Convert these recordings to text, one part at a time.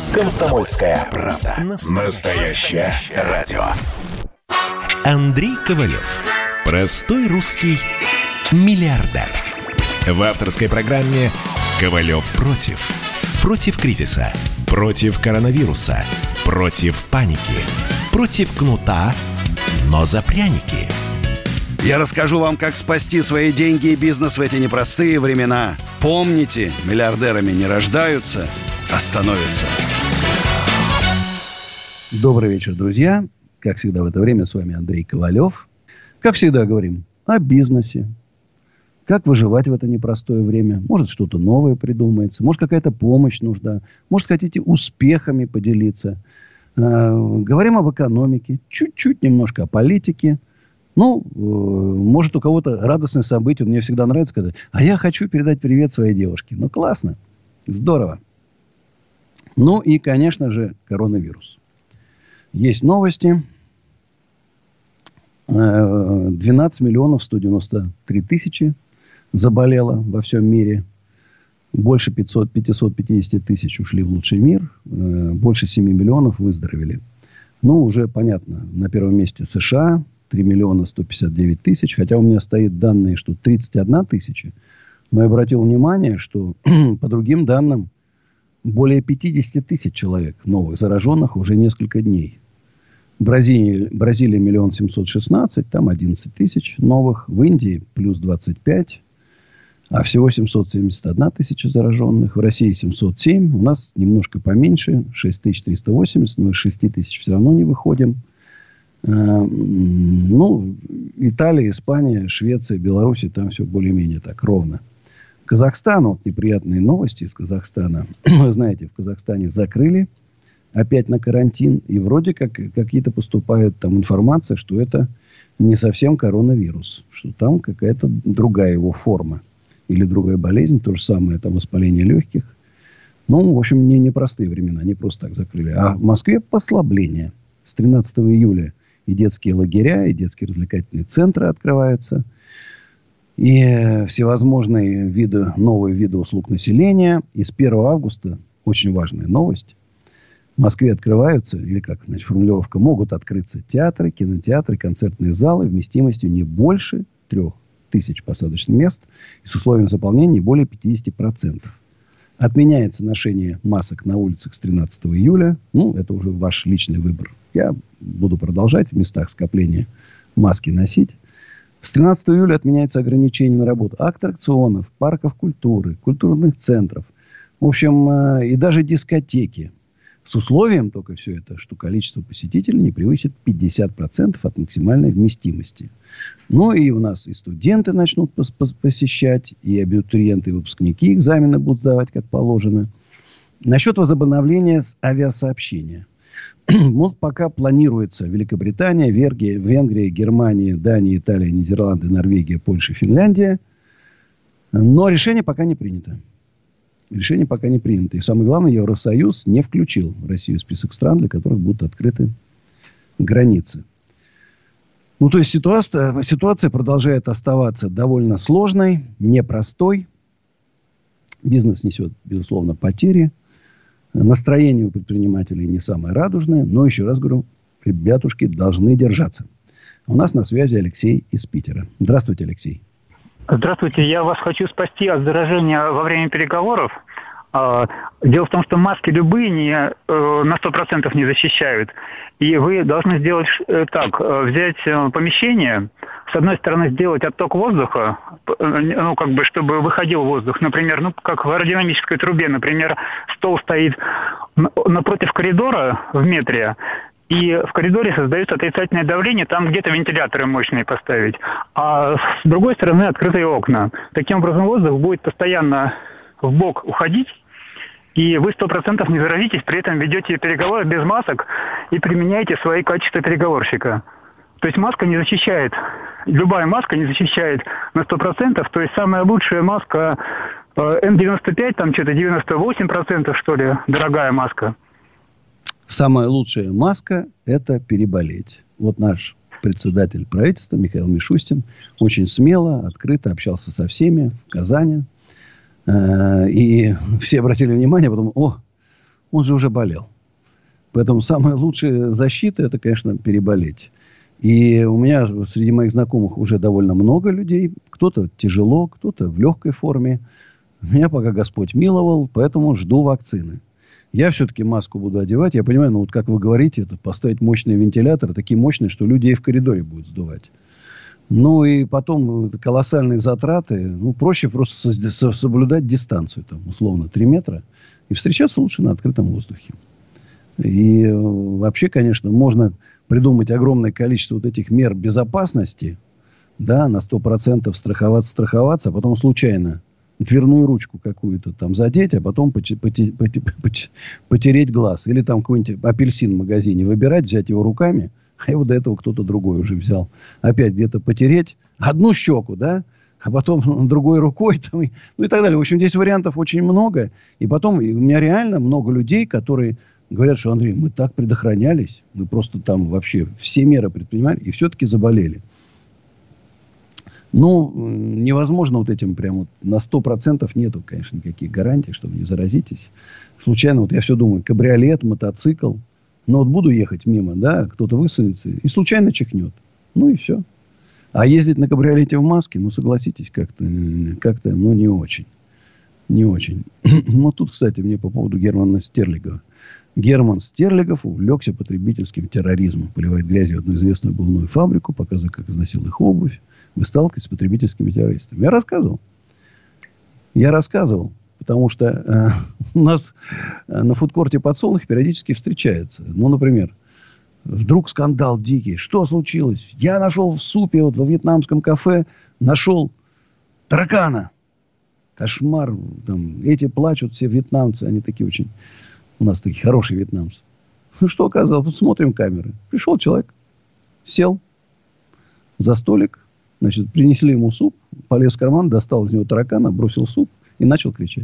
«Комсомольская правда». Настоящее радио. Андрей Ковалев. Простой русский миллиардер. В авторской программе «Ковалев против». Против кризиса, против коронавируса, против паники, против кнута, но за пряники. Я расскажу вам, как спасти свои деньги и бизнес в эти непростые времена. Помните, миллиардерами не рождаются, а становятся. Добрый вечер, друзья. Как всегда в это время с вами Андрей Ковалев. Как всегда говорим о бизнесе. Как выживать в это непростое время. Может, что-то новое придумается. Может, какая-то помощь нужна. Может, хотите успехами поделиться. Говорим об экономике. Чуть-чуть немножко о политике. Ну, может, у кого-то радостное событие. Мне всегда нравится, когда... А я хочу передать привет своей девушке. Ну, классно. Здорово. Ну, и, конечно же, коронавирус. Есть новости. 12 миллионов 193 тысячи заболело во всем мире. Больше 550 тысяч ушли в лучший мир. Больше 7 миллионов выздоровели. Ну, уже понятно. На первом месте США. 3 миллиона 159 тысяч. Хотя у меня стоит данные, что 31 тысяча. Но я обратил внимание, что по другим данным более 50 тысяч человек новых зараженных уже несколько дней. Бразилия 1 716 000, там 11 тысяч новых. В Индии плюс 25. А всего 771 тысяча зараженных. В России 707. У нас немножко поменьше. 6380. Но из 6 тысяч все равно не выходим. Ну, Италия, Испания, Швеция, Беларусь. Там все более-менее так ровно. Казахстан. Вот неприятные новости из Казахстана. Вы знаете, в Казахстане закрыли опять на карантин. И вроде как какие-то поступают там информация, что это не совсем коронавирус. Что там какая-то другая его форма. Или другая болезнь. То же самое, там воспаление легких. Ну, в общем, непростые времена. Не просто так закрыли. А в Москве послабление. С 13 июля и детские лагеря, и детские развлекательные центры открываются. И всевозможные новые виды услуг населения. И с 1 августа, очень важная новость, в Москве открываются, или как, значит, формулировка, могут открыться театры, кинотеатры, концертные залы вместимостью не больше 3000 посадочных мест и с условием заполнения не более 50%. Отменяется ношение масок на улицах с 13 июля. Ну, это уже ваш личный выбор. Я буду продолжать в местах скопления маски носить. С 13 июля отменяются ограничения на работу аттракционов, парков культуры, культурных центров. В общем, и даже дискотеки. С условием только все это, что количество посетителей не превысит 50% от максимальной вместимости. Ну, и у нас и студенты начнут посещать, и абитуриенты, и выпускники экзамены будут сдавать, как положено. Насчет возобновления авиасообщения. Вот пока планируется Великобритания, Венгрия, Германия, Дания, Италия, Нидерланды, Норвегия, Польша, Финляндия. Но решение пока не принято. Решение пока не принято. И самое главное, Евросоюз не включил Россию в список стран, для которых будут открыты границы. Ну, то есть ситуация продолжает оставаться довольно сложной, непростой. Бизнес несет, безусловно, потери. Настроение у предпринимателей не самое радужное. Но, еще раз говорю, ребятушки должны держаться. У нас на связи Алексей из Питера. Здравствуйте, Алексей. Здравствуйте, я вас хочу спасти от заражения во время переговоров. Дело в том, что маски любые на 100% не защищают. И вы должны сделать так, взять помещение, с одной стороны сделать отток воздуха, ну, как бы, чтобы выходил воздух. Например, ну, как в аэродинамической трубе, например, стол стоит напротив коридора в метре, и в коридоре создается отрицательное давление, там где-то вентиляторы мощные поставить. А с другой стороны открытые окна. Таким образом воздух будет постоянно вбок уходить, и вы 100% не заразитесь, при этом ведете переговоры без масок и применяете свои качества переговорщика. То есть маска не защищает, любая маска не защищает на 100%, то есть самая лучшая маска N95, там что-то 98%, что ли, дорогая маска. Самая лучшая маска – это переболеть. Вот наш председатель правительства Михаил Мишустин очень смело, открыто общался со всеми в Казани. И все обратили внимание, потом, он же уже болел. Поэтому самая лучшая защита, это, конечно, переболеть. И у меня среди моих знакомых уже довольно много людей. Кто-то тяжело, кто-то в легкой форме. Меня пока Господь миловал, поэтому жду вакцины. Я все-таки маску буду одевать. Я понимаю, ну вот как вы говорите, это поставить мощные вентиляторы, такие мощные, что людей в коридоре будут сдувать. Ну и потом колоссальные затраты. Ну, проще просто соблюдать дистанцию, там, условно, 3 метра. И встречаться лучше на открытом воздухе. И вообще, конечно, можно придумать огромное количество вот этих мер безопасности, да, на 100% страховаться, а потом случайно дверную ручку какую-то там задеть, а потом потереть глаз. Или там какой-нибудь апельсин в магазине выбирать, взять его руками, а его до этого кто-то другой уже взял. Опять где-то потереть одну щеку, да, а потом другой рукой, там, ну и так далее. В общем, здесь вариантов очень много. И потом у меня реально много людей, которые говорят, что, Андрей, мы так предохранялись, мы просто там вообще все меры предпринимали, и все-таки заболели. Ну, невозможно вот этим прям вот на 100% нету, конечно, никаких гарантий, что вы не заразитесь. Случайно, вот я все думаю, кабриолет, мотоцикл. Но вот буду ехать мимо, да, кто-то высунется и случайно чихнет. Ну и все. А ездить на кабриолете в маске, ну, согласитесь, как-то, ну, не очень. Не очень. Ну, тут, кстати, мне по поводу Германа Стерлигова. Герман Стерлигов увлекся потребительским терроризмом. Поливает грязью одну известную обувную фабрику, показывая, как износил их обувь. Вы сталкиваетесь с потребительскими террористами. Я рассказывал. Потому что у нас на фудкорте «Подсолнух» периодически встречается. Ну, например, вдруг скандал дикий. Что случилось? Я нашел в супе, вот во вьетнамском кафе, нашел таракана. Кошмар. Там, эти плачут, все вьетнамцы. Они такие очень... У нас такие хорошие вьетнамцы. Ну, что оказалось? Смотрим камеры. Пришел человек, сел за столик. Значит, принесли ему суп, полез в карман, достал из него таракана, бросил суп и начал кричать.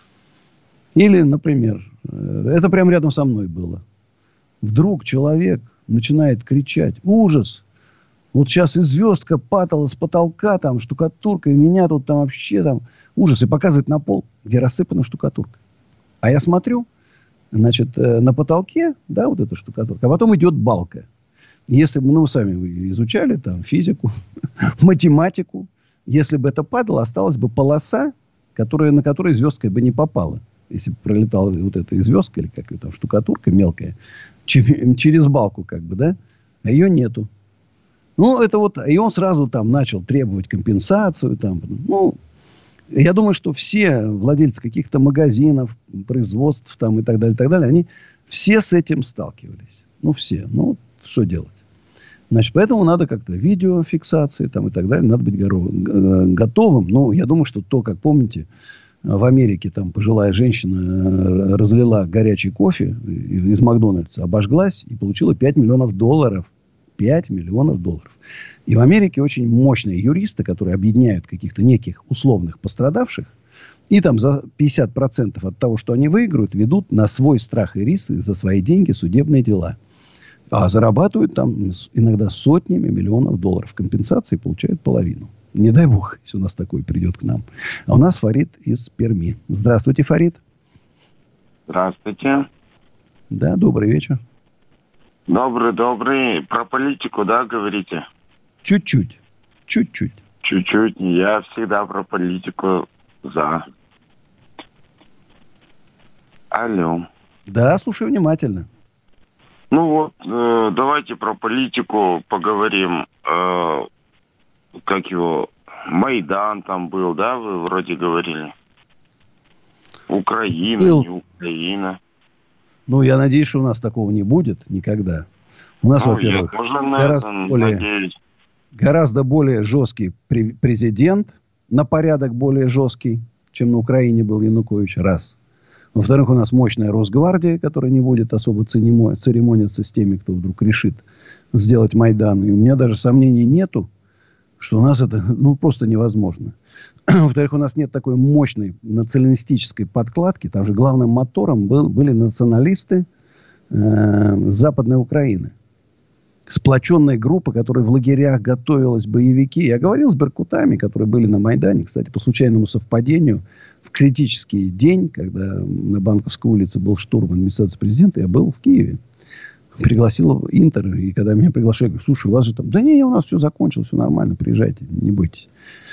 Или, например, это прямо рядом со мной было. Вдруг человек начинает кричать. Ужас! Вот сейчас и звездка падала с потолка, там, штукатурка, и меня тут там вообще там ужас. И показывает на пол, где рассыпана штукатурка. А я смотрю, значит, на потолке, да, вот эта штукатурка, а потом идет балка. Если бы, ну, вы сами изучали там физику, математику, если бы это падало, осталась бы полоса, на которой звездка бы не попала. Если бы пролетала вот эта звездка, или как там штукатурка мелкая, через балку, как бы, да, а ее нету. Ну, это вот, и он сразу там начал требовать компенсацию, там, ну, я думаю, что все владельцы каких-то магазинов, производств там и так далее, они все с этим сталкивались. Ну, все. Ну, что делать? Значит, поэтому надо как-то видеофиксации там и так далее. Надо быть готовым. Ну, я думаю, что то, как помните, в Америке там пожилая женщина разлила горячий кофе из Макдональдса, обожглась и получила $5 миллионов. 5 миллионов долларов. И в Америке очень мощные юристы, которые объединяют каких-то неких условных пострадавших, и там за 50% от того, что они выиграют, ведут на свой страх и риск за свои деньги судебные дела. А зарабатывают там иногда сотнями миллионов долларов. Компенсации получают половину. Не дай бог, если у нас такой придет к нам. А у нас Фарид из Перми. Здравствуйте, Фарид. Здравствуйте. Да, добрый вечер. Добрый. Про политику, да, говорите? Чуть-чуть. Чуть-чуть. Я всегда про политику за. Алло. Да, слушаю внимательно. Ну вот, давайте про политику поговорим. Как его, Майдан там был, да, вы вроде говорили? Украина, был. Не Украина. Ну, я надеюсь, что у нас такого не будет никогда. У нас, во-первых, гораздо более жесткий президент, на порядок более жесткий, чем на Украине был Янукович, раз. Во-вторых, у нас мощная Росгвардия, которая не будет особо церемониться с теми, кто вдруг решит сделать Майдан. И у меня даже сомнений нету, что у нас это, ну, просто невозможно. Во-вторых, у нас нет такой мощной националистической подкладки. Там же главным мотором были националисты Западной Украины. сплоченная группа, которая в лагерях готовилась, боевики. Я говорил с беркутами, которые были на Майдане. Кстати, по случайному совпадению, в критический день, когда на Банковской улице был штурм администрации президента, я был в Киеве. Пригласил Интер. И когда меня приглашали, я говорю, слушай, у вас же там... Да не, у нас все закончилось, все нормально, приезжайте, не бойтесь.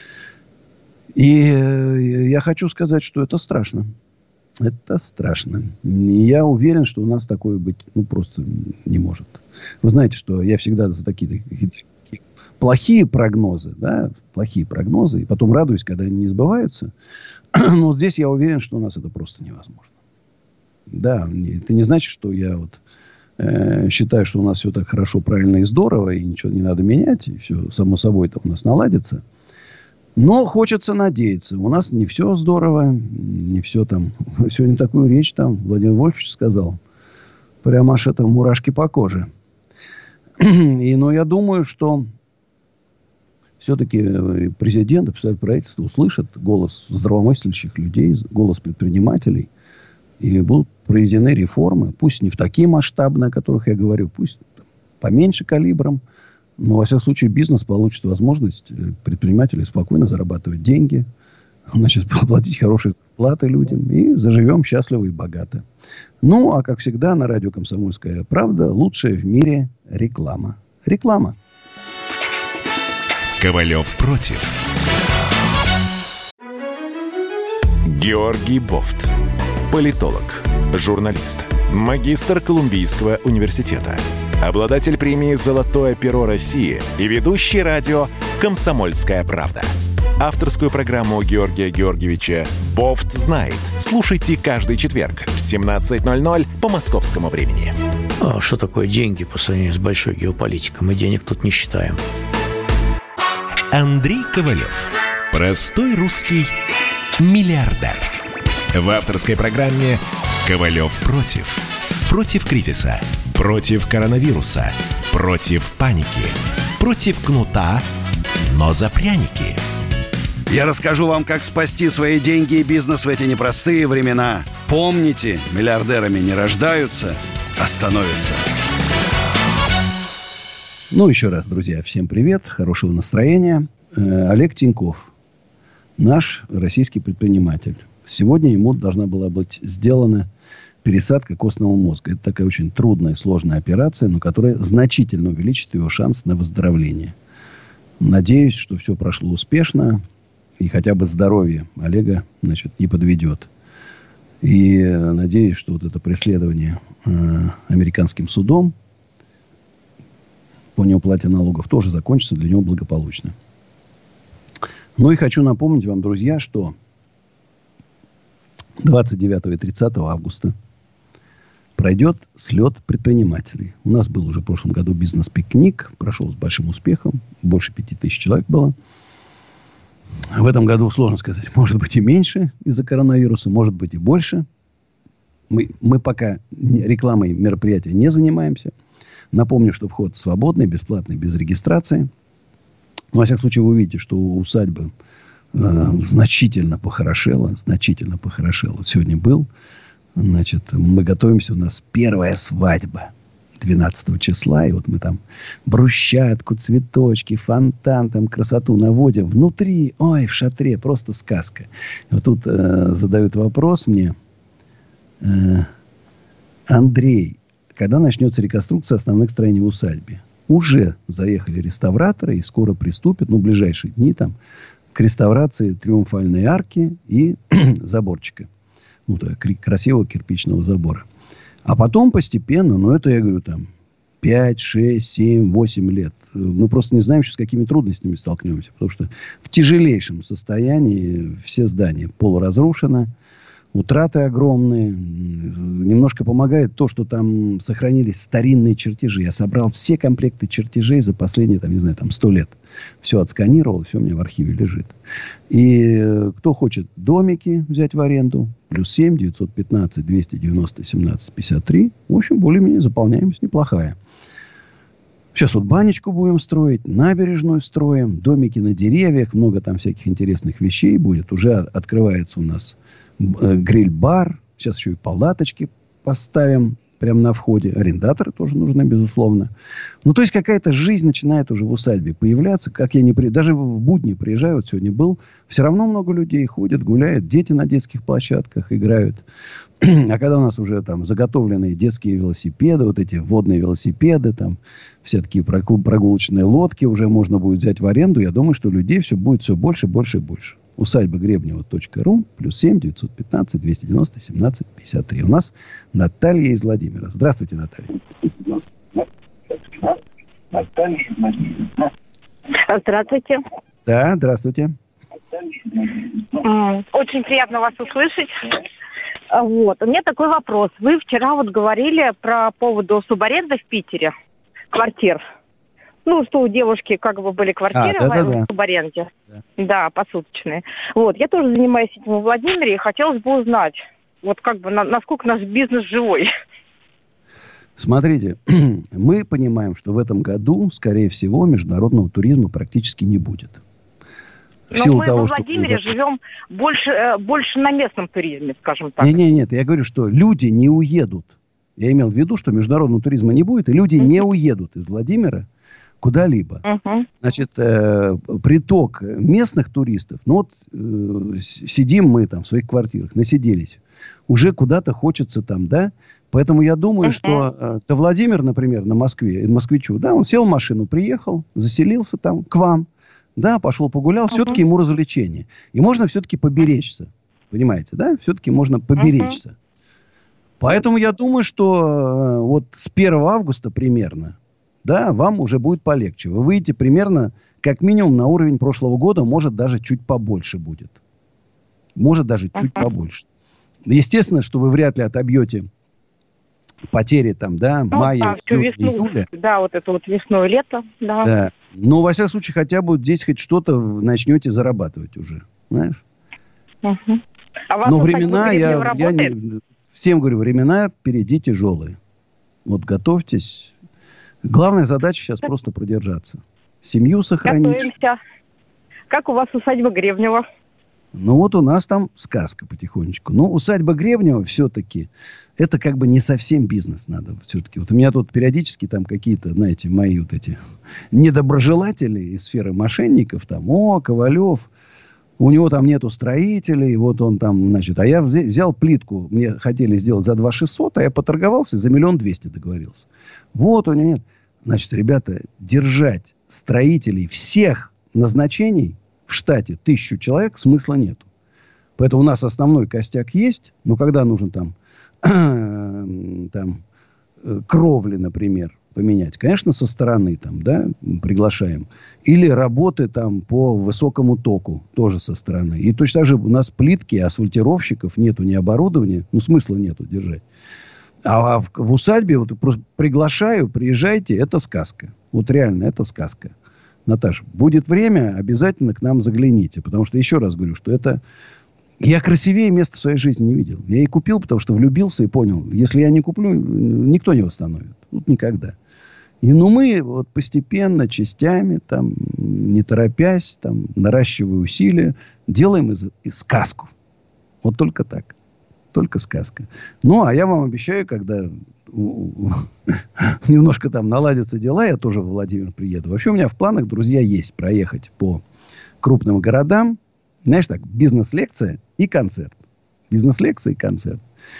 И я хочу сказать, что это страшно. Это страшно. И я уверен, что у нас такое быть просто не может. Вы знаете, что я всегда за такие плохие прогнозы, да, плохие прогнозы, и потом радуюсь, когда они не сбываются. Но вот здесь я уверен, что у нас это просто невозможно. Да, это не значит, что я считаю, что у нас все так хорошо, правильно и здорово, и ничего не надо менять, и все само собой там у нас наладится. Но хочется надеяться. У нас не все здорово, не все там. Сегодня такую речь там Владимир Вольфович сказал. Прямо аж это мурашки по коже. Но я думаю, что все-таки президент, представитель правительства услышат голос здравомыслящих людей, голос предпринимателей. И будут проведены реформы. Пусть не в такие масштабные, о которых я говорю. Пусть поменьше калибром. Но, во всяком случае, бизнес получит возможность предпринимателей спокойно зарабатывать деньги, значит, платить хорошие зарплаты людям. И заживем счастливо и богато. Ну, а как всегда, на радио «Комсомольская правда» лучшая в мире реклама. Реклама. Ковалев против. Георгий Бофт. Политолог, журналист, магистр Колумбийского университета, обладатель премии «Золотое перо России» и ведущий радио «Комсомольская правда». Авторскую программу Георгия Георгиевича «Бофт знает». Слушайте каждый четверг в 17:00 по московскому времени. А что такое деньги по сравнению с большой геополитикой? Мы денег тут не считаем. Андрей Ковалев. Простой русский миллиардер. В авторской программе «Ковалев против». Против кризиса, против коронавируса, против паники, против кнута, но за пряники. Я расскажу вам, как спасти свои деньги и бизнес в эти непростые времена. Помните, миллиардерами не рождаются, а становятся. Ну, еще раз, друзья, всем привет, хорошего настроения. Олег Тиньков, наш российский предприниматель. Сегодня ему должна была быть сделана пересадка костного мозга. Это такая очень трудная, сложная операция, но которая значительно увеличит его шанс на выздоровление. Надеюсь, что все прошло успешно. И хотя бы здоровье Олега, значит, не подведет. И надеюсь, что вот это преследование американским судом по неуплате налогов тоже закончится для него благополучно. Ну и хочу напомнить вам, друзья, что 29 и 30 августа пройдет слет предпринимателей. У нас был уже в прошлом году бизнес-пикник. Прошел с большим успехом. Больше 5000 человек было. В этом году сложно сказать. Может быть и меньше из-за коронавируса. Может быть и больше. Мы пока рекламой мероприятия не занимаемся. Напомню, что вход свободный, бесплатный, без регистрации. Но, во всяком случае, вы увидите, что усадьба значительно похорошела. Значительно похорошела. Сегодня был. Значит, мы готовимся. У нас первая свадьба 12 числа. И вот мы там брусчатку, цветочки, фонтан, там красоту наводим. Внутри, ой, в шатре, просто сказка. И вот тут задают вопрос мне. Андрей, когда начнется реконструкция основных строений в усадьбе? Уже заехали реставраторы и скоро приступят, в ближайшие дни там, к реставрации триумфальной арки и заборчика. Красивого кирпичного забора. А потом постепенно, это я говорю, там, 5, 6, 7, 8 лет. Мы просто не знаем еще, с какими трудностями столкнемся. Потому что в тяжелейшем состоянии все здания полуразрушены. Утраты огромные. Немножко помогает то, что там сохранились старинные чертежи. Я собрал все комплекты чертежей за последние, 100 лет. Все отсканировал, все у меня в архиве лежит. И кто хочет домики взять в аренду, +7 915 290 17 53. В общем, более-менее заполняемость неплохая. Сейчас вот банечку будем строить, набережную строим, домики на деревьях, много там всяких интересных вещей будет. Уже открывается у нас гриль-бар. Сейчас еще и палаточки поставим прямо на входе. Арендаторы тоже нужны, безусловно. Ну, то есть, какая-то жизнь начинает уже в усадьбе появляться. Как я даже в будни приезжаю, вот сегодня был, все равно много людей ходят, гуляют, дети на детских площадках играют. А когда у нас уже там заготовленные детские велосипеды, вот эти водные велосипеды, там все такие прогулочные лодки уже можно будет взять в аренду, я думаю, что людей будет все больше, больше и больше. Усадьба Гребнева.ру, +7 915 290 17 53. У нас Наталья из Владимира. Здравствуйте, Наталья. Здравствуйте. Да, здравствуйте. Очень приятно вас услышать. Вот. У меня такой вопрос. Вы вчера вот говорили про поводу субаренды в Питере, квартир. Ну, что у девушки как бы были квартиры в субаренде. Да, посуточные. Вот. Я тоже занимаюсь этим во Владимире, и хотелось бы узнать, вот как бы насколько наш бизнес живой. Смотрите, мы понимаем, что в этом году, скорее всего, международного туризма практически не будет. Но мы во Владимире живем больше на местном туризме, скажем так. Нет, я говорю, что люди не уедут. Я имел в виду, что международного туризма не будет, и люди не уедут из Владимира куда-либо. Значит, приток местных туристов, ну вот сидим мы там в своих квартирах, насиделись, уже куда-то хочется там, да? Поэтому я думаю, что Владимир, например, москвичу, да, он сел в машину, приехал, заселился там к вам, да, пошел погулял, все-таки ему развлечение. И можно все-таки поберечься. Понимаете, да? Все-таки можно поберечься. Поэтому я думаю, что вот с 1 августа примерно, да, вам уже будет полегче. Вы выйдете примерно, как минимум, на уровень прошлого года, может, даже чуть побольше будет. Может, даже чуть побольше. Естественно, что вы вряд ли отобьете потери там, да, мая, июля. Да, вот это вот весну и лето, да. Но, во всяком случае, хотя бы здесь хоть что-то начнете зарабатывать уже, знаешь. Но времена, я всем говорю, времена впереди тяжелые. Вот готовьтесь. Главная задача сейчас просто продержаться. Семью сохранить. Готовимся. Как у вас усадьба Гребнева? Ну, вот у нас там сказка потихонечку. Но усадьба Гребнева все-таки, это как бы не совсем бизнес надо все-таки. Вот у меня тут периодически там какие-то, знаете, мои вот эти недоброжелатели из сферы мошенников, там, Ковалев, у него там нету строителей, вот он там, значит, а я взял плитку, мне хотели сделать за 2 600, а я поторговался, за 1 200 000 договорился. Вот у него нет. Значит, ребята, держать строителей всех назначений в штате 1000 человек смысла нету. Поэтому у нас основной костяк есть, но когда нужно там кровли, например, поменять, конечно, со стороны там, да, приглашаем. Или работы там по высокому току, тоже со стороны. И точно так же у нас плитки, асфальтировщиков нету, ни оборудования, ну, смысла нету держать. А в усадьбе вот просто приглашаю, приезжайте, это сказка. Вот реально, это сказка. Наташа, будет время, обязательно к нам загляните. Потому что, еще раз говорю, что это... Я красивее места в своей жизни не видел. Я и купил, потому что влюбился и понял. Если я не куплю, никто не восстановит. Вот никогда. И мы вот постепенно, частями, там, не торопясь, там, наращивая усилия, делаем из сказку. Вот только так. Только сказка. Ну, а я вам обещаю, когда немножко там наладятся дела, я тоже в Владимир приеду. Вообще у меня в планах, друзья, есть проехать по крупным городам. Знаешь, так, бизнес-лекция и концерт. Бизнес-лекция и концерт.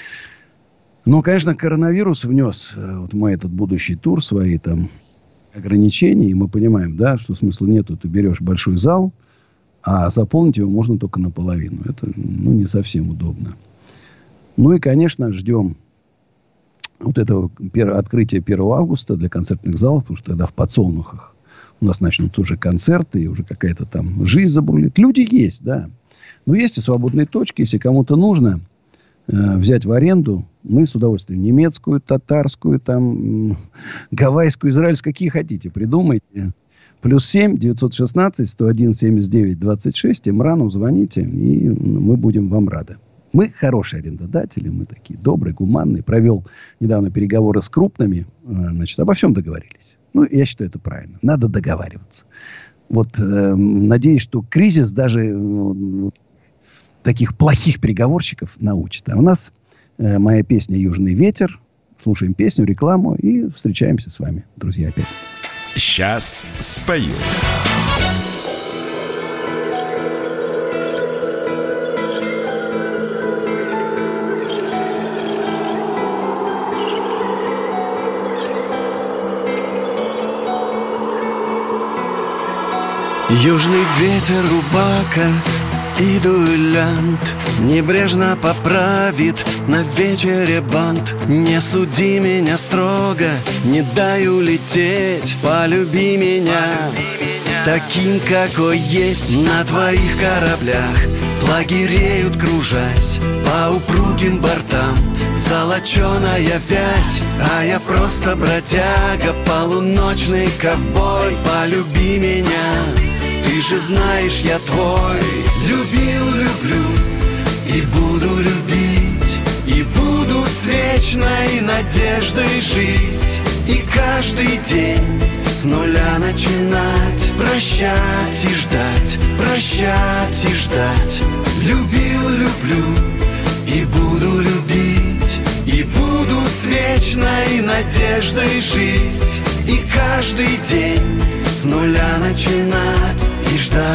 Но, конечно, коронавирус внес вот мой этот будущий тур, свои там ограничения. И мы понимаем, да, что смысла нету. Ты берешь большой зал, а заполнить его можно только наполовину. Это, ну, не совсем удобно. Ну и, конечно, ждем вот этого открытия 1 августа для концертных залов, потому что тогда в Подсолнухах у нас начнутся уже концерты, и уже какая-то там жизнь забурлит. Люди есть, да. Но есть и свободные точки. Если кому-то нужно взять в аренду, мы с удовольствием немецкую, татарскую, там, гавайскую, израильскую, какие хотите, придумайте. +7 916 101 79 26. Имрану звоните, и мы будем вам рады. Мы хорошие арендодатели, мы такие добрые, гуманные. Провел недавно переговоры с крупными, значит, обо всем договорились. Ну, я считаю, это правильно. Надо договариваться. Вот надеюсь, что кризис даже таких плохих переговорщиков научит. А у нас моя песня «Южный ветер» слушаем песню, рекламу и встречаемся с вами, друзья, опять. Сейчас спою. Южный ветер рубака и дуэлянт небрежно поправит на вечере бант. Не суди меня строго, не дай улететь. Полюби меня таким, какой есть. На твоих кораблях флаги реют, кружась по упругим бортам. Золоченая вязь, а я просто бродяга, полуночный ковбой. Полюби меня, ты же знаешь, я твой. Любил, люблю и буду любить, и буду с вечной надеждой жить. И каждый день с нуля начинать, прощать и ждать, прощать и ждать. Любил, люблю и буду любить, и буду с вечной надеждой жить. И каждый день с нуля начинать и ждать.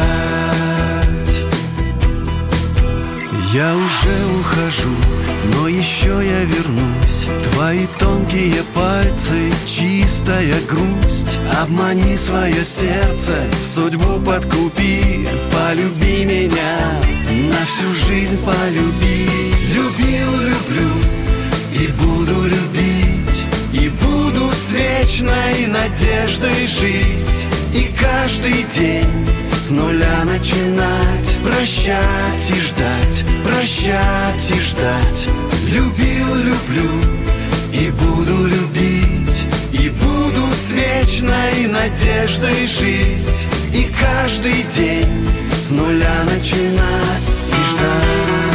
Я уже ухожу, но еще я вернусь. Твои тонкие пальцы, чистая грусть. Обмани свое сердце, судьбу подкупи. Полюби меня, на всю жизнь полюби. Любил, люблю и буду любить, и буду с вечной надеждой жить. И каждый день с нуля начинать, прощать и ждать, прощать и ждать. Любил, люблю и буду любить, и буду с вечной надеждой жить. И каждый день с нуля начинать и ждать.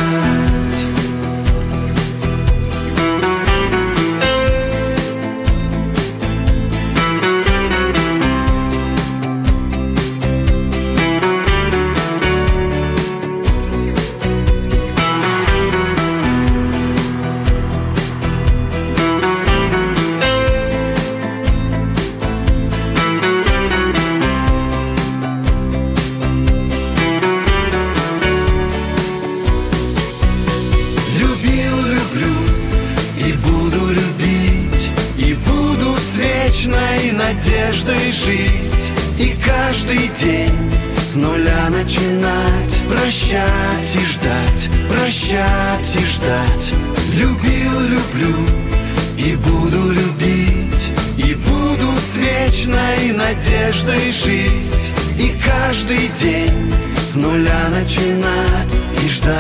Надеждой жить и каждый день с нуля начинать, прощать и ждать, прощать и ждать. Любил, люблю и буду любить, и буду с вечной надеждой жить. И каждый день с нуля начинать и ждать.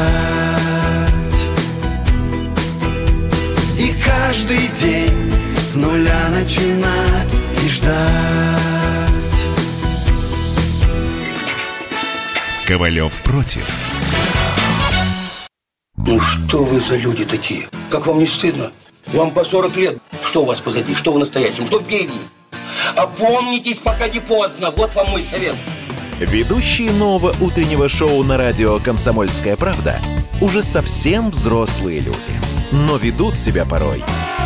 И каждый день с нуля начинать и ждать. Ковалев против. Ну что вы за люди такие? Как вам не стыдно? Вам по 40 лет. Что у вас позади? Что в настоящем? Что впереди? Опомнитесь, пока не поздно. Вот вам мой совет. Ведущие нового утреннего шоу на радио «Комсомольская правда» уже совсем взрослые люди, но ведут себя порой.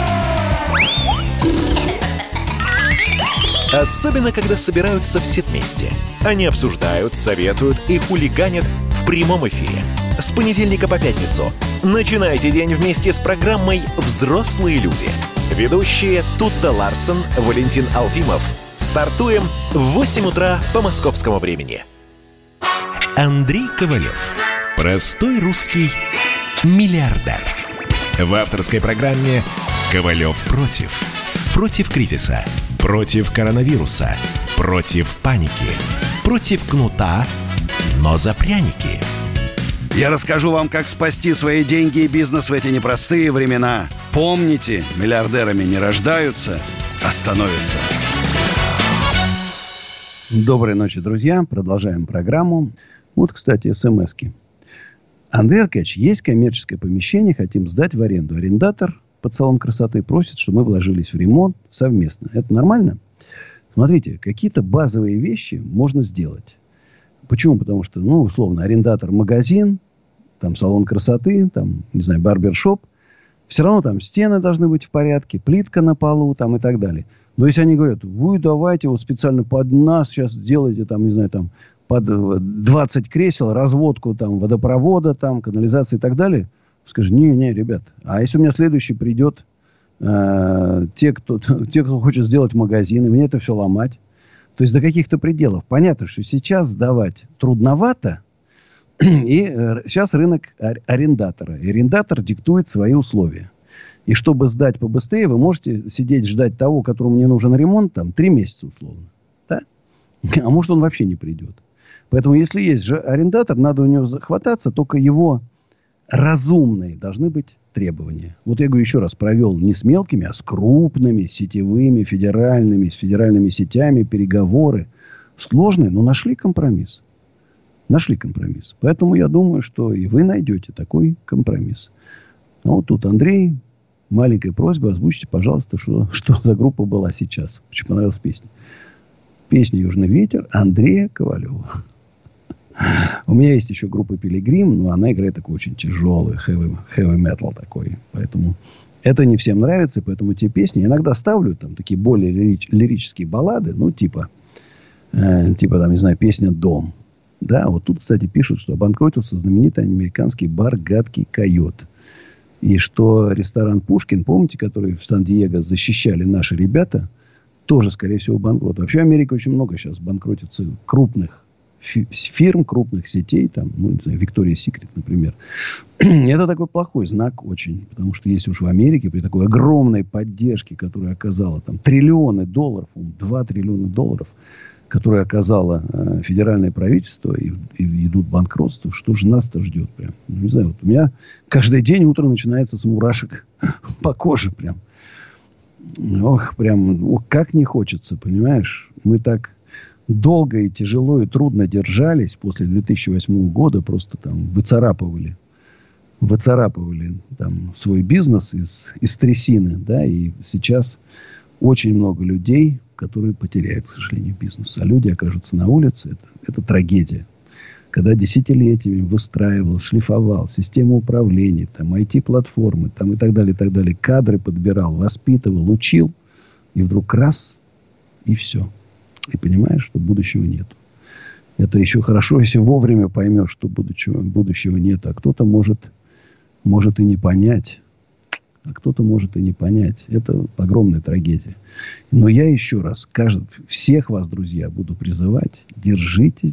Особенно, когда собираются все вместе. Они обсуждают, советуют и хулиганят в прямом эфире. С понедельника по пятницу. Начинайте день вместе с программой «Взрослые люди». Ведущие Тутта Ларсон, Валентин Алфимов. Стартуем в 8 утра по московскому времени. Андрей Ковалев. Простой русский миллиардер. В авторской программе «Ковалев против». Против кризиса, против коронавируса, против паники, против кнута, но за пряники. Я расскажу вам, как спасти свои деньги и бизнес в эти непростые времена. Помните, миллиардерами не рождаются, а становятся. Доброй ночи, друзья. Продолжаем программу. Вот, кстати, смс-ки. Андрей Аркадьевич, есть коммерческое помещение, хотим сдать в аренду. Арендатор под салон красоты просит, чтобы мы вложились в ремонт совместно. Это нормально? Смотрите, какие-то базовые вещи можно сделать. Почему? Потому что, условно, арендатор магазин, там салон красоты, там, не знаю, барбершоп. Все равно там стены должны быть в порядке, плитка на полу там, и так далее. Но если они говорят, вы давайте вот специально под нас сейчас сделайте там, не знаю, там под 20 кресел, разводку там водопровода, там канализации и так далее. Скажи, не, ребят, а если у меня следующий придет те, кто хочет сделать магазин, и мне это все ломать. То есть до каких-то пределов. Понятно, что сейчас сдавать трудновато. И сейчас рынок арендатора. И арендатор диктует свои условия. И чтобы сдать побыстрее, вы можете сидеть, ждать того, которому не нужен ремонт, там, 3 месяца условно. Да? А может, он вообще не придет. Поэтому, если есть же арендатор, надо у него захвататься, только его разумные должны быть требования. Вот я говорю еще раз, провел не с мелкими, а с крупными, сетевыми, федеральными, с федеральными сетями переговоры. Сложные, но нашли компромисс. Нашли компромисс. Поэтому я думаю, что и вы найдете такой компромисс. А вот тут Андрей, маленькая просьба, озвучьте, пожалуйста, что за группа была сейчас. Очень понравилась песня. Песня «Южный ветер» Андрея Ковалева. У меня есть еще группа «Пилигрим», но она играет такой очень тяжелый, heavy metal такой. Поэтому это не всем нравится, поэтому те песни иногда ставлю, там, такие более лирические баллады, ну, типа, там, не знаю, песня «Дом». Да, вот тут, кстати, пишут, что обанкротился знаменитый американский бар «Гадкий койот». И что ресторан «Пушкин», помните, который в Сан-Диего защищали наши ребята, тоже, скорее всего, банкрот. Вообще в Америке очень много сейчас банкротится крупных фирм, крупных сетей, там, ну, не знаю, Victoria's Secret, например. Это такой плохой знак очень, потому что если уж в Америке при такой огромной поддержке, которую оказала там триллионы долларов, 2 триллиона долларов, которые оказало федеральное правительство, и идут банкротства, что же нас-то ждет прям? Ну, не знаю, вот у меня каждый день утро начинается с мурашек по коже прям. Ох, как не хочется, понимаешь? Мы так долго и тяжело и трудно держались после 2008 года, просто там выцарапывали там свой бизнес из трясины, да, и сейчас очень много людей, которые потеряют, к сожалению, бизнес. А люди окажутся на улице. Это трагедия. Когда десятилетиями выстраивал, шлифовал систему управления, там, IT-платформы, там, и так далее, кадры подбирал, воспитывал, учил, и вдруг раз, и все. И понимаешь, что будущего нет. Это еще хорошо, если вовремя поймешь, что будущего нет. А кто-то может и не понять. Это огромная трагедия. Но я еще раз, всех вас, друзья, буду призывать. Держитесь.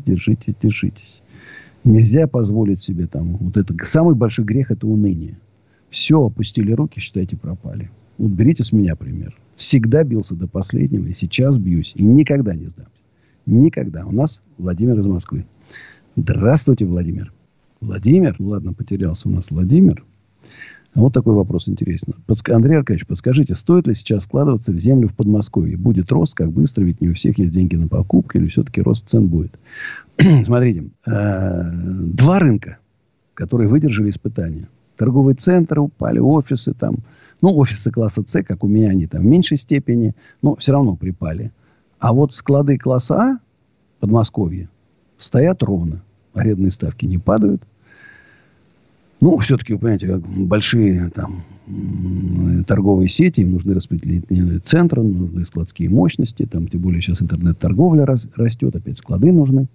Нельзя позволить себе там вот это. Самый большой грех — это уныние. Все, опустили руки, считайте, пропали. Вот берите с меня пример. Всегда бился до последнего, и сейчас бьюсь. И никогда не сдамся. Никогда. У нас Владимир из Москвы. Здравствуйте, Владимир. Владимир? Ладно, потерялся у нас Владимир. Вот такой вопрос интересный. Андрей Аркадьевич, подскажите, стоит ли сейчас вкладываться в землю в Подмосковье? Будет рост, как быстро? Ведь не у всех есть деньги на покупку, или все-таки рост цен будет? Смотрите, 2 рынка, которые выдержали испытания. Торговые центры упали, офисы там. Ну, офисы класса С, как у меня, они там в меньшей степени, но все равно припали. А вот склады класса А, Подмосковье, стоят ровно. Арендные ставки не падают. Ну, все-таки, вы понимаете, как большие там торговые сети, им нужны распределительные центры, нужны складские мощности, там, тем более сейчас интернет-торговля растет, опять склады нужны.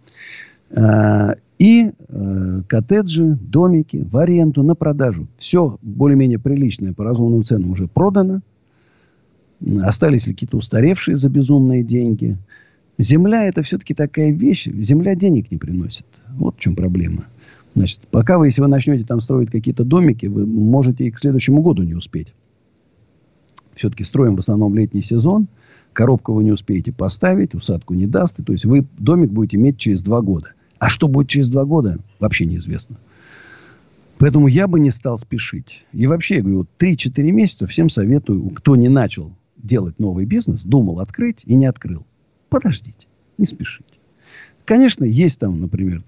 И коттеджи, домики в аренду, на продажу. Все более-менее приличное по разумным ценам уже продано. Остались ли какие-то устаревшие за безумные деньги. Земля — это все-таки такая вещь. Земля денег не приносит. Вот в чем проблема. Значит, если вы начнете там строить какие-то домики, вы можете и к следующему году не успеть. Все-таки строим в основном летний сезон. Коробку вы не успеете поставить, усадку не даст. То есть вы домик будете иметь через 2 года. А что будет через 2 года, вообще неизвестно. Поэтому я бы не стал спешить. И вообще, я говорю, 3-4 месяца всем советую, кто не начал делать новый бизнес, думал открыть и не открыл. Подождите, не спешите. Конечно, есть там, например,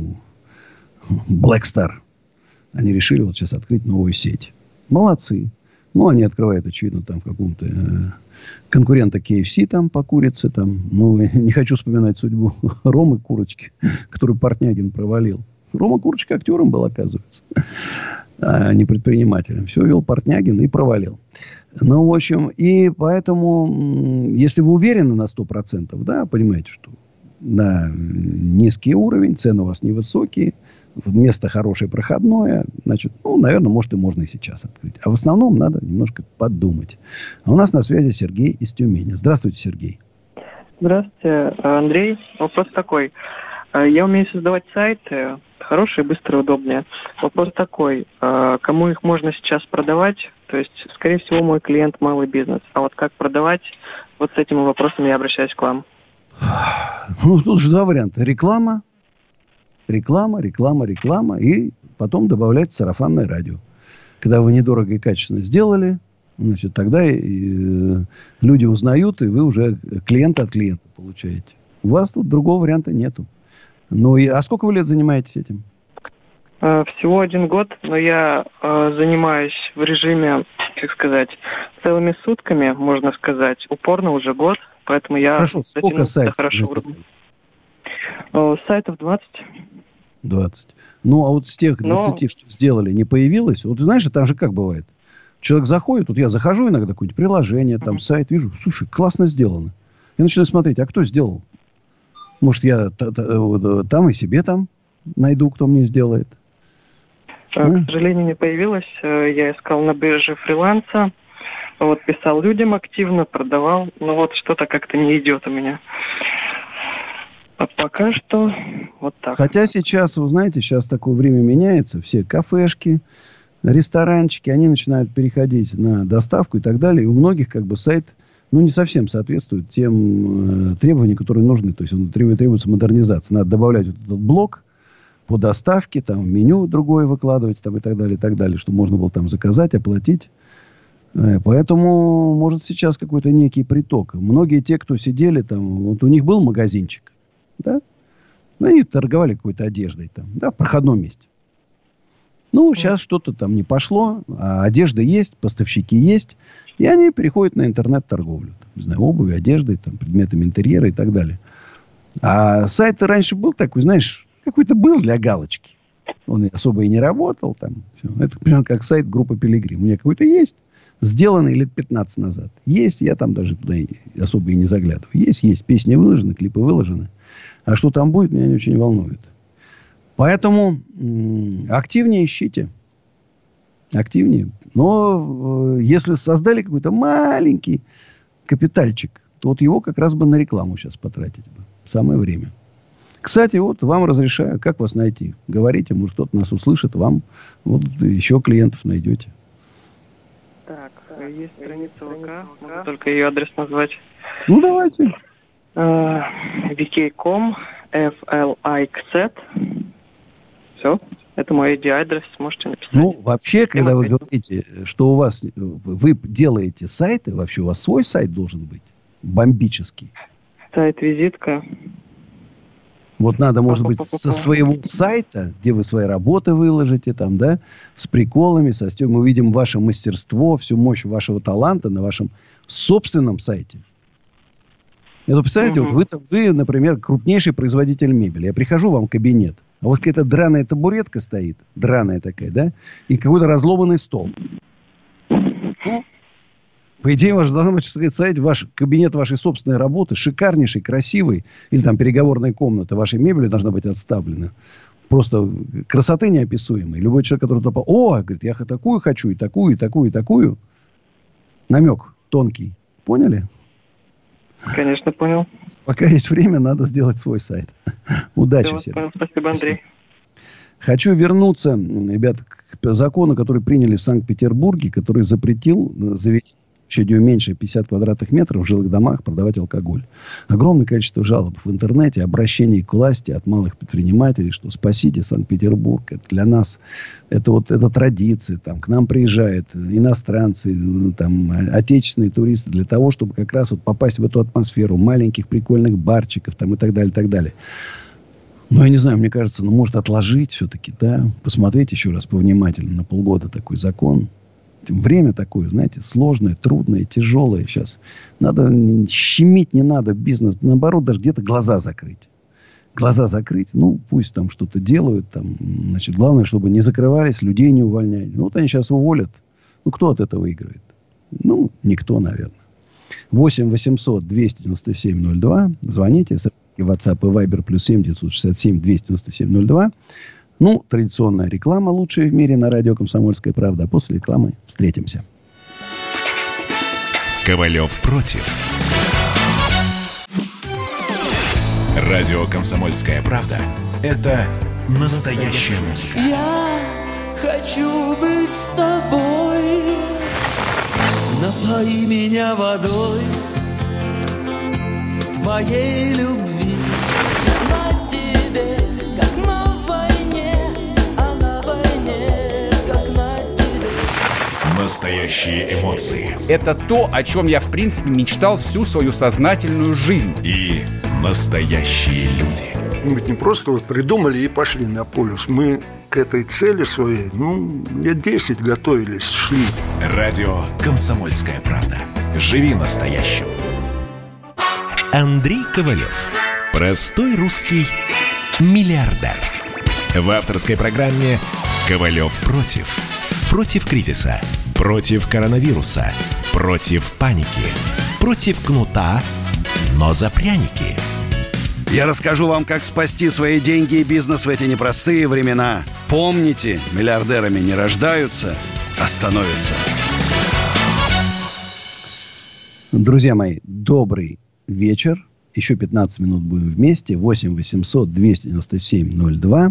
Black Star. Они решили вот сейчас открыть новую сеть. Молодцы. Ну, они открывают, очевидно, там в каком-то конкурента KFC там по курице. Там. Ну, не хочу вспоминать судьбу Ромы Курочки, которую Портнягин провалил. Рома Курочка актером был, оказывается, а не предпринимателем. Все вел Портнягин и провалил. Ну, в общем, и поэтому, если вы уверены на 100%, да, понимаете, что на низкий уровень, цены у вас невысокие, место хорошее проходное, значит, ну, наверное, может, и можно и сейчас открыть. А в основном надо немножко подумать. А у нас на связи Сергей из Тюмени. Здравствуйте, Сергей. Здравствуйте, Андрей. Вопрос такой. Я умею создавать сайты, хорошие, быстрые, удобные. Вопрос такой. Кому их можно сейчас продавать? То есть, скорее всего, мой клиент малый бизнес. А вот как продавать? Вот с этим вопросом я обращаюсь к вам. Ну, тут же два варианта. Реклама, и потом добавлять сарафанное радио. Когда вы недорого и качественно сделали, значит, тогда люди узнают, и вы уже клиента от клиента получаете. У вас тут другого варианта нету. Ну, а сколько вы лет занимаетесь этим? Всего 1 год, но я занимаюсь в режиме, как сказать, целыми сутками, можно сказать, упорно уже год, поэтому я... Хорошо, сколько сайтов? Сайтов 20. 20. Ну, а вот с тех 20, что сделали, не появилось? Вот, знаешь, там же как бывает? Человек заходит, вот я захожу иногда, какое-нибудь приложение, там, сайт, вижу, слушай, классно сделано. Я начинаю смотреть, а кто сделал? Может, я там и себе там найду, кто мне сделает. К сожалению, не появилось. Я искал на бирже фриланса. Вот, писал людям активно, продавал. Но вот что-то как-то не идет у меня. А пока что вот так. Хотя сейчас, вы знаете, сейчас такое время меняется. Все кафешки, ресторанчики, они начинают переходить на доставку и так далее. И у многих как бы сайт, ну, не совсем соответствует тем требованиям, которые нужны. То есть, он требуется модернизация. Надо добавлять вот этот блок по доставке, там, меню другое выкладывать, там, и так далее, чтобы можно было там заказать, оплатить. Поэтому, может, сейчас какой-то некий приток. Многие те, кто сидели там, вот у них был магазинчик, да? Они торговали какой-то одеждой там, да, в проходном месте. Ну, сейчас что-то там не пошло, а одежда есть, поставщики есть, и они переходят на интернет-торговлю. Там, не знаю, обувь, одеждой, там, предметами интерьера и так далее. А сайт раньше был такой, знаешь, какой-то был для галочки. Он особо и не работал там. Все. Это примерно как сайт группы Пилигрим. У меня какой-то есть, сделанный лет 15 назад. Есть, я там даже туда особо и не заглядываю. Есть, песни выложены, клипы выложены. А что там будет, меня не очень волнует. Поэтому активнее ищите. Активнее. Но если создали какой-то маленький капитальчик, то вот его как раз бы на рекламу сейчас потратить бы. Самое время. Кстати, вот вам разрешаю. Как вас найти? Говорите, может, кто-то нас услышит. Вам вот еще клиентов найдете. Так, есть страница ВК. Могу только ее адрес назвать. Ну, давайте. vk.com FLIXZ. Все. Это мой ID-адрес. Можете написать. Ну, вообще, когда вы говорите, что у вас... Вы делаете сайты, вообще у вас свой сайт должен быть. Бомбический. Сайт-визитка. Вот надо, может быть, со своего сайта, где вы свои работы выложите, там, да, с приколами, со стёгом. Мы видим ваше мастерство, всю мощь вашего таланта на вашем собственном сайте. Это, представляете, вот вы, например, крупнейший производитель мебели. Я прихожу вам в кабинет, а вот какая-то драная табуретка стоит, драная такая, да, и какой-то разломанный стол. Ну, по идее, ваш должен быть сайт, ваш кабинет вашей собственной работы, шикарнейший, красивый, или там переговорная комната вашей мебели должна быть отставлена. Просто красоты неописуемой. Любой человек, который туда говорит, я такую хочу, и такую, и такую, и такую. Намек тонкий. Поняли? Конечно, понял. Пока есть время, надо сделать свой сайт. Удачи всем. Спасибо, Андрей. Хочу вернуться, ребят, к закону, который приняли в Санкт-Петербурге, который запретил заведение площадью меньше 50 квадратных метров в жилых домах продавать алкоголь. Огромное количество жалоб в интернете, обращений к власти от малых предпринимателей, что спасите Санкт-Петербург. Это для нас, это традиция. Там, к нам приезжают иностранцы, там, отечественные туристы для того, чтобы как раз вот попасть в эту атмосферу маленьких прикольных барчиков там, и так далее, и так далее. Ну, я не знаю, мне кажется, может отложить все-таки, да, посмотреть еще раз повнимательно на полгода такой закон. Время такое, знаете, сложное, трудное, тяжелое сейчас. Надо щемить, не надо бизнес. Наоборот, даже где-то глаза закрыть. глаза закрыть, ну, пусть там что-то делают, там, значит, главное, чтобы не закрывались, людей не увольняли. Ну, вот они сейчас уволят. Ну, кто от этого выиграет? Ну, никто, наверное. 8 800 297 02. Звоните. WhatsApp и Viber +7 967 297 02. Ну, традиционная реклама лучшая в мире на радио «Комсомольская правда». А после рекламы встретимся. Ковалев против. Радио «Комсомольская правда» — это настоящая музыка. Я хочу быть с тобой. Напои меня водой твоей любви. На тебе, как на войне, а на войне, как на тебе. Настоящие эмоции. Это то, о чем я, в принципе, мечтал всю свою сознательную жизнь. И настоящие люди. Мы ведь не просто вот придумали и пошли на полюс. Мы к этой цели своей, лет 10 готовились, шли. Радио «Комсомольская правда». Живи настоящим. Андрей Ковалев. Простой русский миллиардер. В авторской программе «Ковалев против». Против кризиса. Против коронавируса. Против паники. Против кнута, но за пряники. Я расскажу вам, как спасти свои деньги и бизнес в эти непростые времена. Помните, миллиардерами не рождаются, а становятся. Друзья мои, добрый вечер. Еще 15 минут будем вместе. 8 800 297 02.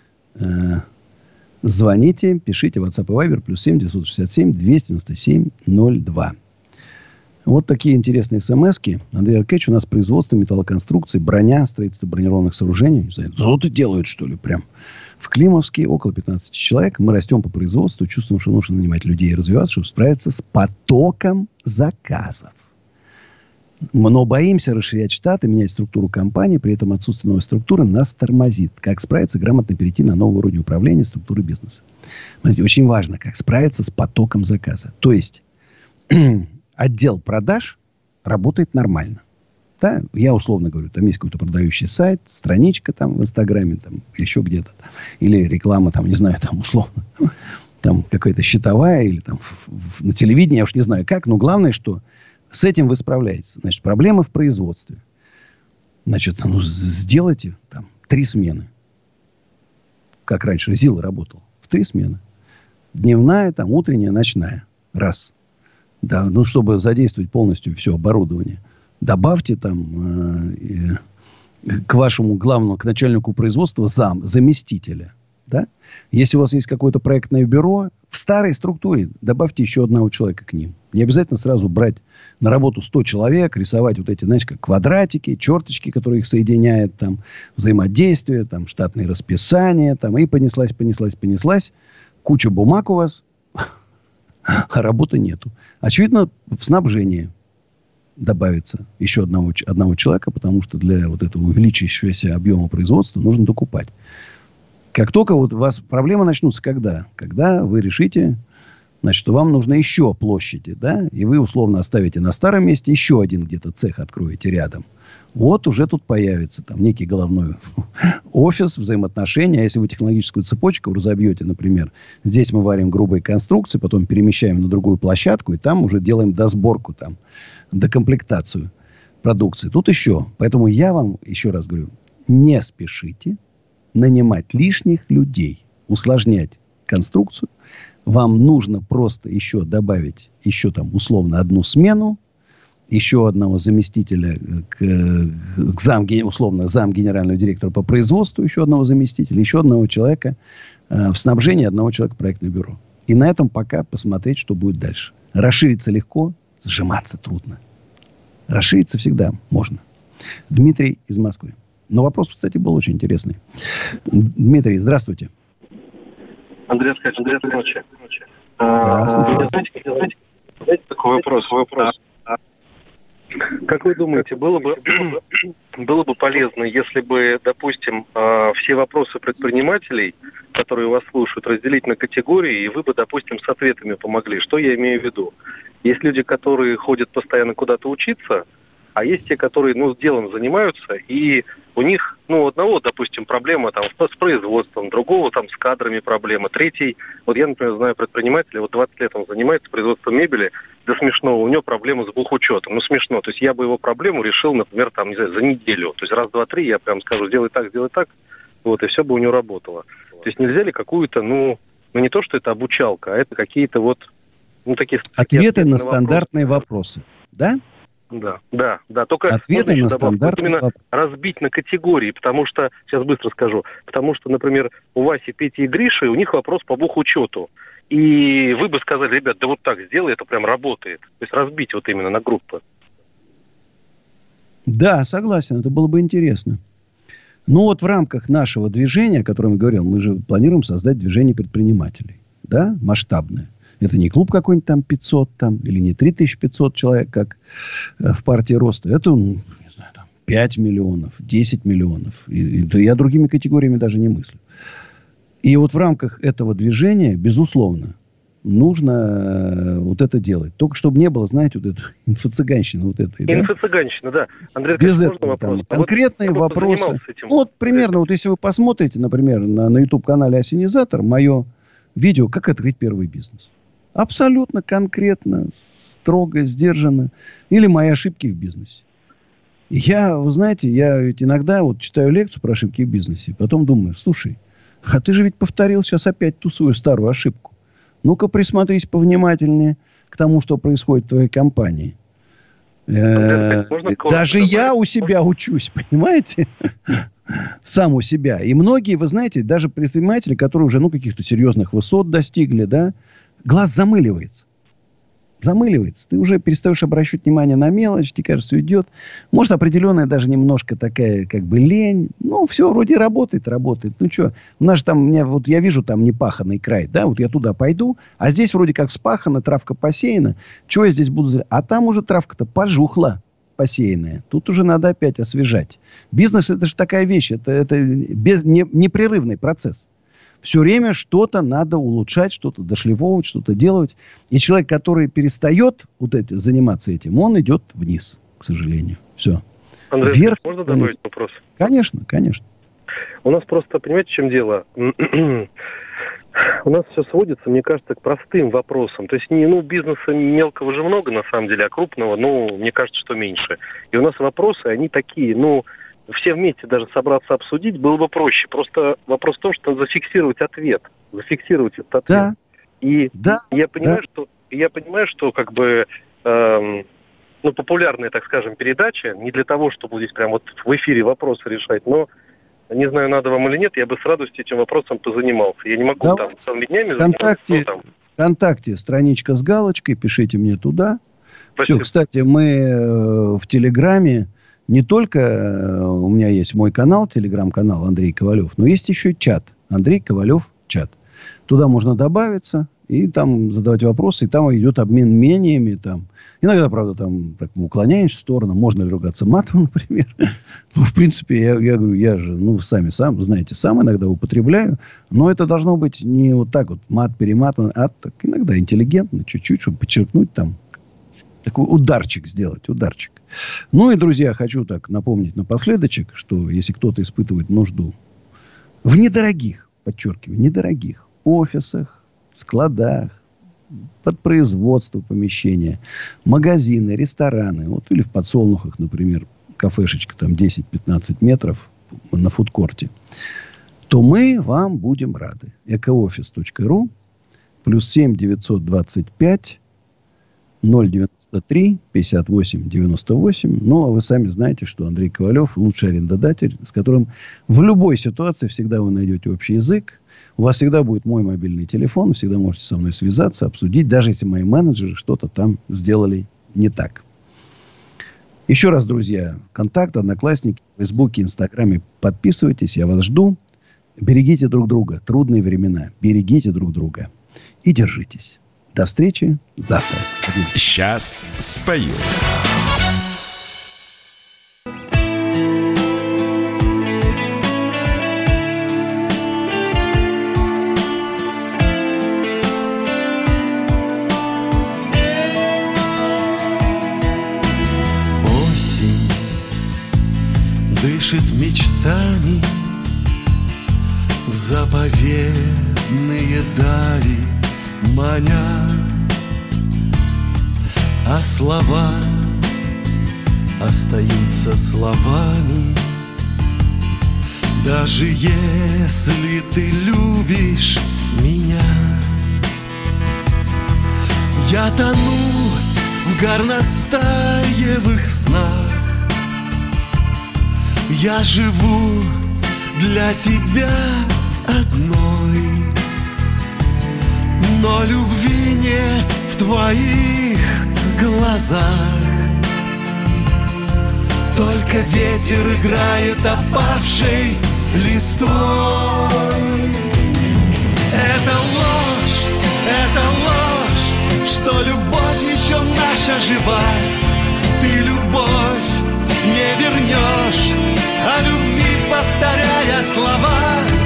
Звоните, пишите в WhatsApp и Viber +7 967 297 02. Вот такие интересные смс-ки. Андрей Аркадьевич, у нас производство металлоконструкций, броня, строительство бронированных сооружений. Не знаю, золото делают, что ли, прям. В Климовске около 15 человек. Мы растем по производству, чувствуем, что нужно нанимать людей и развиваться, чтобы справиться с потоком заказов. Но боимся расширять штат и менять структуру компании. При этом отсутствие новой структуры нас тормозит. Как справиться, грамотно перейти на новый уровень управления структуры бизнеса. Смотрите, очень важно, как справиться с потоком заказа. То есть отдел продаж работает нормально. Да? Я условно говорю, там есть какой-то продающий сайт, страничка там в Инстаграме, там, еще где-то. Или реклама, там, не знаю, там условно. Там какая-то счетовая или там на телевидении, я уж не знаю как. Но главное, что с этим вы справляетесь. Значит, проблемы в производстве. Значит, сделайте там 3 смены. Как раньше ЗИЛ работал. В 3 смены. Дневная, там, утренняя, ночная. Раз. Да, чтобы задействовать полностью все оборудование. Добавьте там к вашему главному, к начальнику производства заместителя. Да? Если у вас есть какое-то проектное бюро, в старой структуре добавьте еще одного человека к ним. Не обязательно сразу брать на работу 100 человек, рисовать вот эти, знаете, как квадратики, черточки, которые их соединяют, там, взаимодействие, там, штатные расписания, там, и понеслась. Куча бумаг у вас, а работы нету. Очевидно, в снабжении добавится еще одного человека, потому что для вот этого увеличивающегося объема производства нужно докупать. Как только вот у вас проблемы начнутся, когда? Когда вы решите, значит, что вам нужно еще площади, да, и вы условно оставите на старом месте еще один где-то цех откроете рядом. Вот уже тут появится там некий головной офис, взаимоотношения. А если вы технологическую цепочку разобьете, например, здесь мы варим грубые конструкции, потом перемещаем на другую площадку, и там уже делаем досборку, там, докомплектацию продукции. Тут еще. Поэтому я вам еще раз говорю, не спешите нанимать лишних людей, усложнять конструкцию. Вам нужно просто еще добавить еще там условно 1 смену, еще одного заместителя условно зам генерального директора по производству, еще одного заместителя, еще одного человека в снабжении, одного человека в проектное бюро. И на этом пока посмотреть, что будет дальше. Расшириться легко, сжиматься трудно. Расшириться всегда можно. Дмитрий из Москвы. Но вопрос, кстати, был очень интересный. Дмитрий, здравствуйте. Андрей Аркадьевич, доброй ночи. Знаете, такой вопрос. Как вы думаете, было бы полезно, если бы, допустим, все вопросы предпринимателей, которые вас слушают, разделить на категории, и вы бы, допустим, с ответами помогли? Что я имею в виду? Есть люди, которые ходят постоянно куда-то учиться, а есть те, которые, с делом занимаются, и у них, у одного, допустим, проблема там с производством, другого там с кадрами проблема, третий, вот я, например, знаю предпринимателя, вот 20 лет он занимается производством мебели, до смешного, у него проблема с бухучетом, смешно, то есть я бы его проблему решил, например, там, не знаю, за неделю, то есть раз, два, три, я прям скажу, сделай так, вот, и все бы у него работало. То есть нельзя ли какую-то, не то, что это обучалка, а это какие-то вот, такие... Ответы на стандартные вопросы, да? Да. Только ответы на стандартные вопросы. Разбить на категории, потому что, сейчас быстро скажу, потому что, например, у Васи, Пети и Гриши, у них вопрос по бухучету. И вы бы сказали, ребят, да вот так сделай, это прям работает. То есть разбить вот именно на группы. Да, согласен, это было бы интересно. Но вот в рамках нашего движения, о котором я говорил, мы же планируем создать движение предпринимателей. Да, масштабное. Это не клуб какой-нибудь там 500 там, или не 3500 человек, как в партии роста. Это, не знаю, там, 5 миллионов, 10 миллионов. И я другими категориями даже не мыслю. И вот в рамках этого движения, безусловно, нужно вот это делать. Только чтобы не было, знаете, вот это инфо-цыганщина. Вот это, инфо-цыганщина, да. Андрей, без этого вопрос? Там, конкретные вопросы. Примерно, вот если вы посмотрите, например, на YouTube-канале «Осенизатор», мое видео «Как открыть первый бизнес». Абсолютно конкретно, строго, сдержанно. Или мои ошибки в бизнесе. Вы знаете, я ведь иногда вот читаю лекцию про ошибки в бизнесе, потом думаю, слушай, а ты же ведь повторил сейчас опять ту свою старую ошибку. Ну-ка присмотрись повнимательнее к тому, что происходит в твоей компании. Даже я у себя учусь, понимаете? Сам у себя. И многие, вы знаете, даже предприниматели, которые уже каких-то серьезных высот достигли, да, глаз замыливается. Ты уже перестаешь обращать внимание на мелочь, тебе кажется, идет. Может, определенная даже немножко такая, как бы, лень. Все вроде работает. Что? У нас же там, я вижу там непаханный край, да, вот я туда пойду, а здесь вроде как вспахано, травка посеяна. Чего я здесь буду делать? А там уже травка-то пожухла, посеянная. Тут уже надо опять освежать. Бизнес — это же такая вещь, это непрерывный процесс. Все время что-то надо улучшать, что-то дошлифовывать, что-то делать. И человек, который перестает заниматься этим, он идет вниз, к сожалению. Все. Андрей, вверх, можно добавить вопрос? Конечно. У нас просто, понимаете, в чем дело? У нас все сводится, мне кажется, к простым вопросам. То есть, бизнеса мелкого же много, на самом деле, а крупного, мне кажется, что меньше. И у нас вопросы, они такие, все вместе даже собраться обсудить было бы проще. Просто вопрос в том, что надо зафиксировать этот ответ. Да. И я понимаю, что как бы популярная, так скажем, передача не для того, чтобы здесь прям вот в эфире вопросы решать, но не знаю, надо вам или нет, я бы с радостью этим вопросом позанимался. Я не могу там целыми днями заниматься. ВКонтакте страничка с галочкой, пишите мне туда. Спасибо. Все, кстати, мы в Телеграме. Не только у меня есть мой канал, телеграм-канал Андрей Ковалев, но есть еще и чат. Андрей Ковалев чат. Туда можно добавиться и там задавать вопросы. И там идет обмен мнениями. Там. Иногда, правда, там так мы уклоняемся в сторону. Можно ли ругаться матом, например. В принципе, я говорю, я же, сам знаете, сам иногда употребляю. Но это должно быть не вот так вот мат-перемат, а так иногда интеллигентно, чуть-чуть, чтобы подчеркнуть там. Такой ударчик сделать, ударчик. И, друзья, хочу так напомнить напоследочек, что если кто-то испытывает нужду в недорогих, подчеркиваю, недорогих офисах, складах, под производство помещения, магазины, рестораны, или в Подсолнухах, например, кафешечка, там 10-15 метров на фудкорте, то мы вам будем рады. ecooffice.ru +7 925 093 58 98. А вы сами знаете, что Андрей Ковалев лучший арендодатель, с которым в любой ситуации всегда вы найдете общий язык. У вас всегда будет мой мобильный телефон. Всегда можете со мной связаться, обсудить, даже если мои менеджеры что-то там сделали не так. Еще раз, друзья, контакт, Одноклассники, в Фейсбуке, Инстаграме. Подписывайтесь, я вас жду. Берегите друг друга. Трудные времена. Берегите друг друга. И держитесь. До встречи завтра. Сейчас спою. Осень дышит мечтами в заповедные дали маня, а слова остаются словами. Даже если ты любишь меня, я тону в горностаевых снах. Я живу для тебя одной, но любви нет в твоих глазах. Только ветер играет опавшей листвой. Это ложь, что любовь еще наша жива. Ты любовь не вернешь, о любви повторяя слова.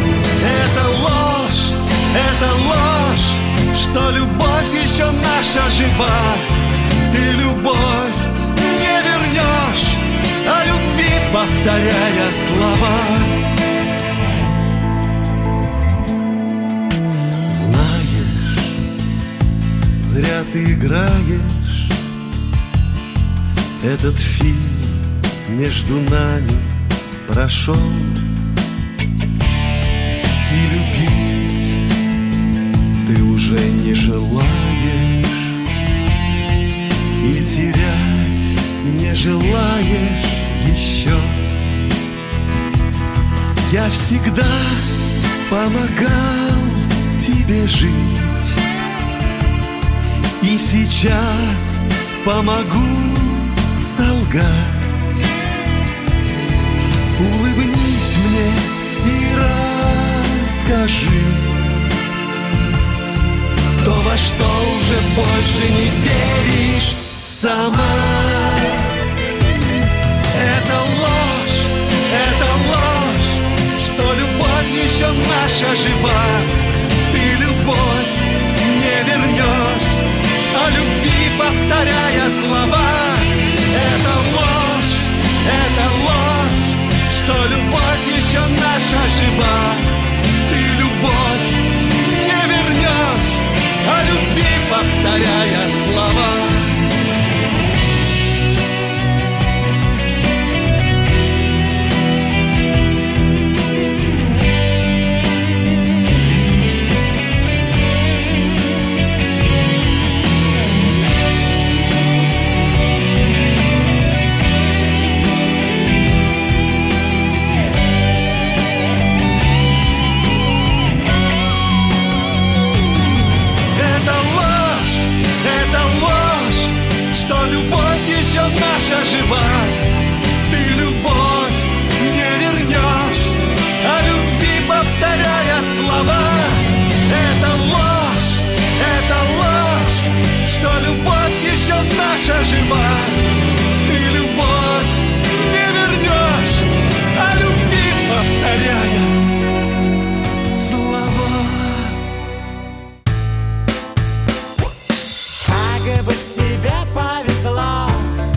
Это ложь, что любовь еще наша жива. Ты любовь не вернешь, о любви повторяя слова. Знаешь, зря ты играешь. Этот фильм между нами прошел, и любить ты уже не желаешь, и терять не желаешь еще. Я всегда помогал тебе жить, и сейчас помогу солгать. Улыбнись мне и расскажи то, во что уже больше не веришь сама. Это ложь, что любовь еще наша жива. Ты любовь не вернешь, о любви повторяя слова. Это ложь, что любовь еще наша жива. Ты любовь не вернешь, о любви повторяя слова. Наша жива, ты любовь не вернешь, о любви повторяя слова. Это ложь, что любовь еще наша жива. Ты любовь не вернешь, о любви повторяя слова. Как бы тебе повезло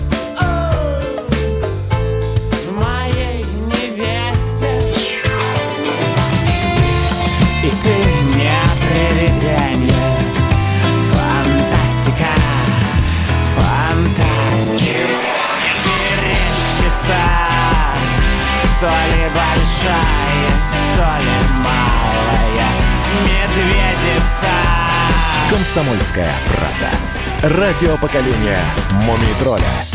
то ли большая, то ли малая медведица. «Комсомольская правда». Радио поколения Мумий Тролля.